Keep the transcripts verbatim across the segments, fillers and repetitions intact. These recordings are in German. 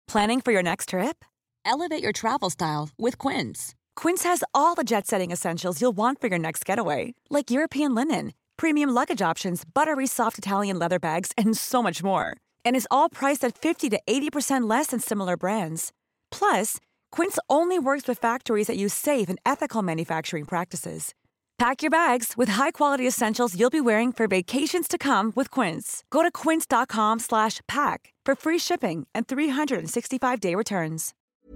Planning for your next trip? Elevate your travel style with Quince. Quince has all the jet-setting essentials you'll want for your next getaway, like European linen, premium luggage options, buttery soft Italian leather bags, and so much more. And is all priced at fifty to eighty percent less than similar brands. Plus, Quince only works with factories that use safe and ethical manufacturing practices. Pack your bags with high-quality essentials you'll be wearing for vacations to come with Quince. Go to quince.com slash pack for free shipping and three sixty-five day returns.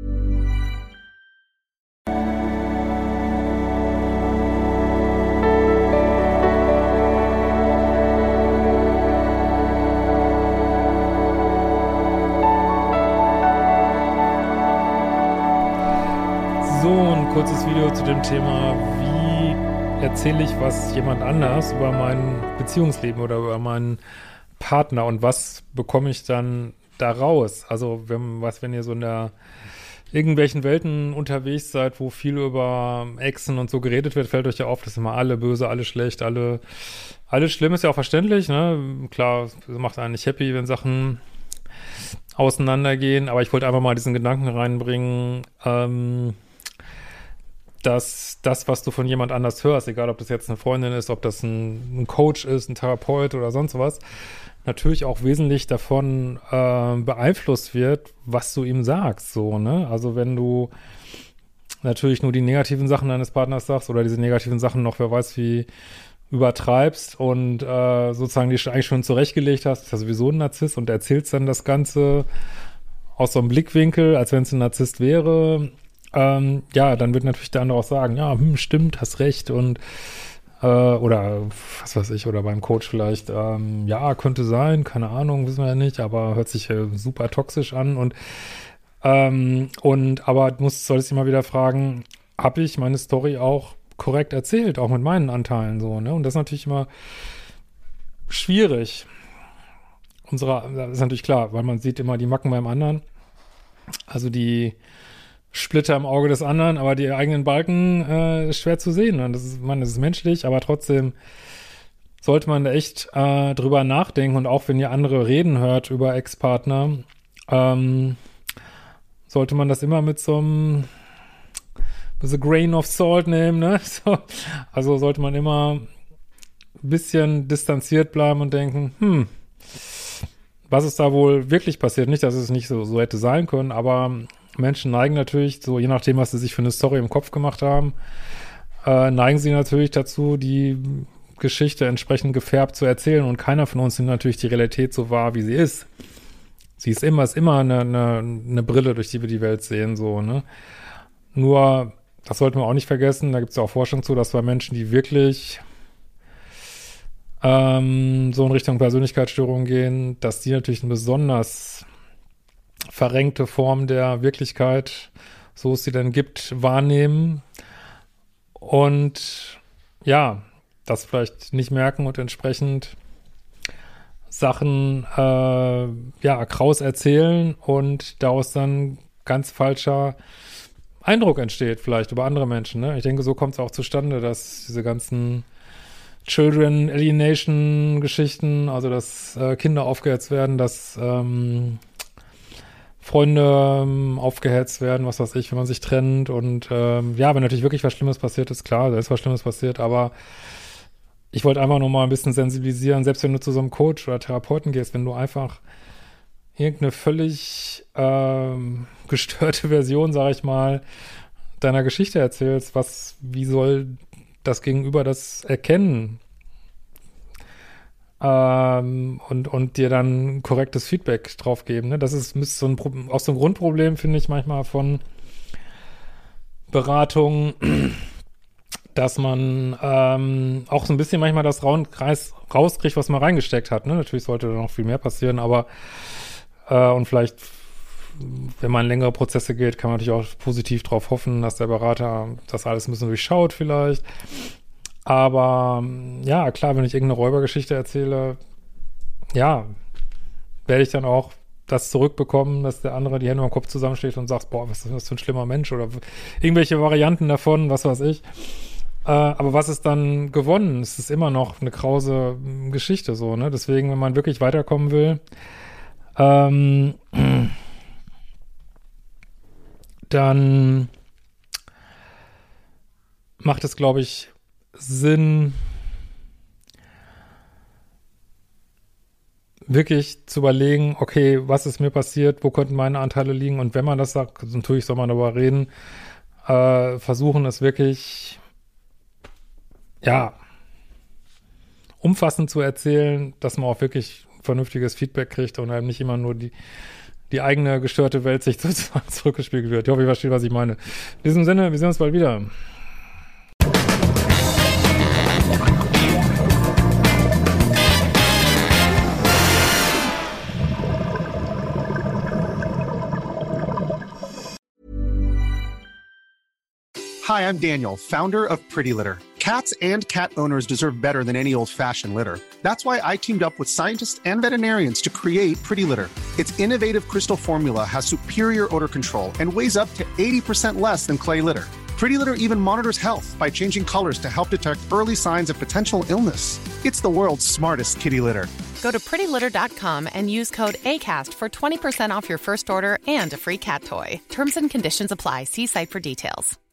So, ein kurzes Video zu dem Thema, wie erzähle ich was jemand anders über mein Beziehungsleben oder über meinen Partner und was bekomme ich dann da raus? Also, wenn, was, wenn ihr so in der irgendwelchen Welten unterwegs seid, wo viel über Exen und so geredet wird, fällt euch ja auf, dass immer alle böse, alle schlecht, alle, alles schlimm, ist ja auch verständlich, ne? Klar, es macht einen nicht happy, wenn Sachen auseinandergehen, aber ich wollte einfach mal diesen Gedanken reinbringen, ähm, dass das, was du von jemand anders hörst, egal ob das jetzt eine Freundin ist, ob das ein, ein Coach ist, ein Therapeut oder sonst was, natürlich auch wesentlich davon äh, beeinflusst wird, was du ihm sagst, so, ne? Also wenn du natürlich nur die negativen Sachen deines Partners sagst oder diese negativen Sachen noch, wer weiß wie, übertreibst und äh, sozusagen die eigentlich schon zurechtgelegt hast, ist ja sowieso ein Narzisst und erzählst dann das Ganze aus so einem Blickwinkel, als wenn es ein Narzisst wäre. Ähm, ja, dann wird natürlich der andere auch sagen, ja, hm, stimmt, hast recht und äh, oder was weiß ich, oder beim Coach vielleicht, ähm, ja, könnte sein, keine Ahnung, wissen wir ja nicht, aber hört sich äh, super toxisch an und ähm, und aber muss soll ich immer wieder fragen, habe ich meine Story auch korrekt erzählt, auch mit meinen Anteilen so, ne? Und das ist natürlich immer schwierig. Unsere, das ist natürlich klar, weil man sieht immer die Macken beim anderen, also die Splitter im Auge des anderen, aber die eigenen Balken äh, ist schwer zu sehen. Und das ist, man, das ist menschlich, aber trotzdem sollte man da echt äh, drüber nachdenken. Und auch wenn ihr andere reden hört über Ex-Partner, ähm, sollte man das immer mit so einem with a grain of salt nehmen, ne? So, also sollte man immer ein bisschen distanziert bleiben und denken, hm, was ist da wohl wirklich passiert? Nicht, dass es nicht so, so hätte sein können, aber Menschen neigen natürlich, so je nachdem, was sie sich für eine Story im Kopf gemacht haben, äh, neigen sie natürlich dazu, die Geschichte entsprechend gefärbt zu erzählen und keiner von uns nimmt natürlich die Realität so wahr, wie sie ist. Sie ist immer, ist immer eine, eine, eine Brille, durch die wir die Welt sehen, so, ne? Nur, das sollten wir auch nicht vergessen, da gibt es ja auch Forschung zu, dass bei Menschen, die wirklich ähm, so in Richtung Persönlichkeitsstörung gehen, dass die natürlich eine besonders verrenkte Form der Wirklichkeit, so es sie denn gibt, wahrnehmen und ja, das vielleicht nicht merken und entsprechend Sachen äh, ja, kraus erzählen und daraus dann ganz falscher Eindruck entsteht, vielleicht über andere Menschen, ne? Ich denke, so kommt es auch zustande, dass diese ganzen Children Alienation Geschichten, also dass äh, Kinder aufgehetzt werden, dass ähm, Freunde ähm, aufgehetzt werden, was weiß ich, wenn man sich trennt und ähm, ja, wenn natürlich wirklich was Schlimmes passiert ist, klar, da ist was Schlimmes passiert, aber ich wollte einfach nur mal ein bisschen sensibilisieren, selbst wenn du zu so einem Coach oder Therapeuten gehst, wenn du einfach irgendeine völlig ähm, gestörte Version, sag ich mal, deiner Geschichte erzählst, was, wie soll das Gegenüber das erkennen? Ähm, und, und dir dann korrektes Feedback drauf geben, ne? Das ist, ist so ein, auch so ein Grundproblem, finde ich manchmal von Beratung, dass man ähm, auch so ein bisschen manchmal das Raunkreis rauskriegt, was man reingesteckt hat, ne? Natürlich sollte da noch viel mehr passieren, aber äh, und vielleicht, wenn man längere Prozesse geht, kann man natürlich auch positiv darauf hoffen, dass der Berater das alles ein bisschen durchschaut vielleicht. Aber ja, klar, wenn ich irgendeine Räubergeschichte erzähle, ja, werde ich dann auch das zurückbekommen, dass der andere die Hände am Kopf zusammenschlägt und sagt, boah, was ist das für ein schlimmer Mensch oder irgendwelche Varianten davon, was weiß ich. Äh, aber was ist dann gewonnen? Es ist immer noch eine krause Geschichte so, ne? Deswegen, wenn man wirklich weiterkommen will, ähm, dann macht es, glaube ich, Sinn, wirklich zu überlegen, okay, was ist mir passiert, wo könnten meine Anteile liegen, und wenn man das sagt, natürlich soll man darüber reden, äh, versuchen es wirklich, ja, umfassend zu erzählen, dass man auch wirklich vernünftiges Feedback kriegt und einem nicht immer nur die, die eigene gestörte Welt sich sozusagen zurückgespiegelt wird. Ich hoffe, ihr versteht, was ich meine. In diesem Sinne, wir sehen uns bald wieder. Hi, I'm Daniel, founder of Pretty Litter. Cats and cat owners deserve better than any old-fashioned litter. That's why I teamed up with scientists and veterinarians to create Pretty Litter. Its innovative crystal formula has superior odor control and weighs up to eighty percent less than clay litter. Pretty Litter even monitors health by changing colors to help detect early signs of potential illness. It's the world's smartest kitty litter. Go to pretty litter dot com and use code ACAST for twenty percent off your first order and a free cat toy. Terms and conditions apply. See site for details.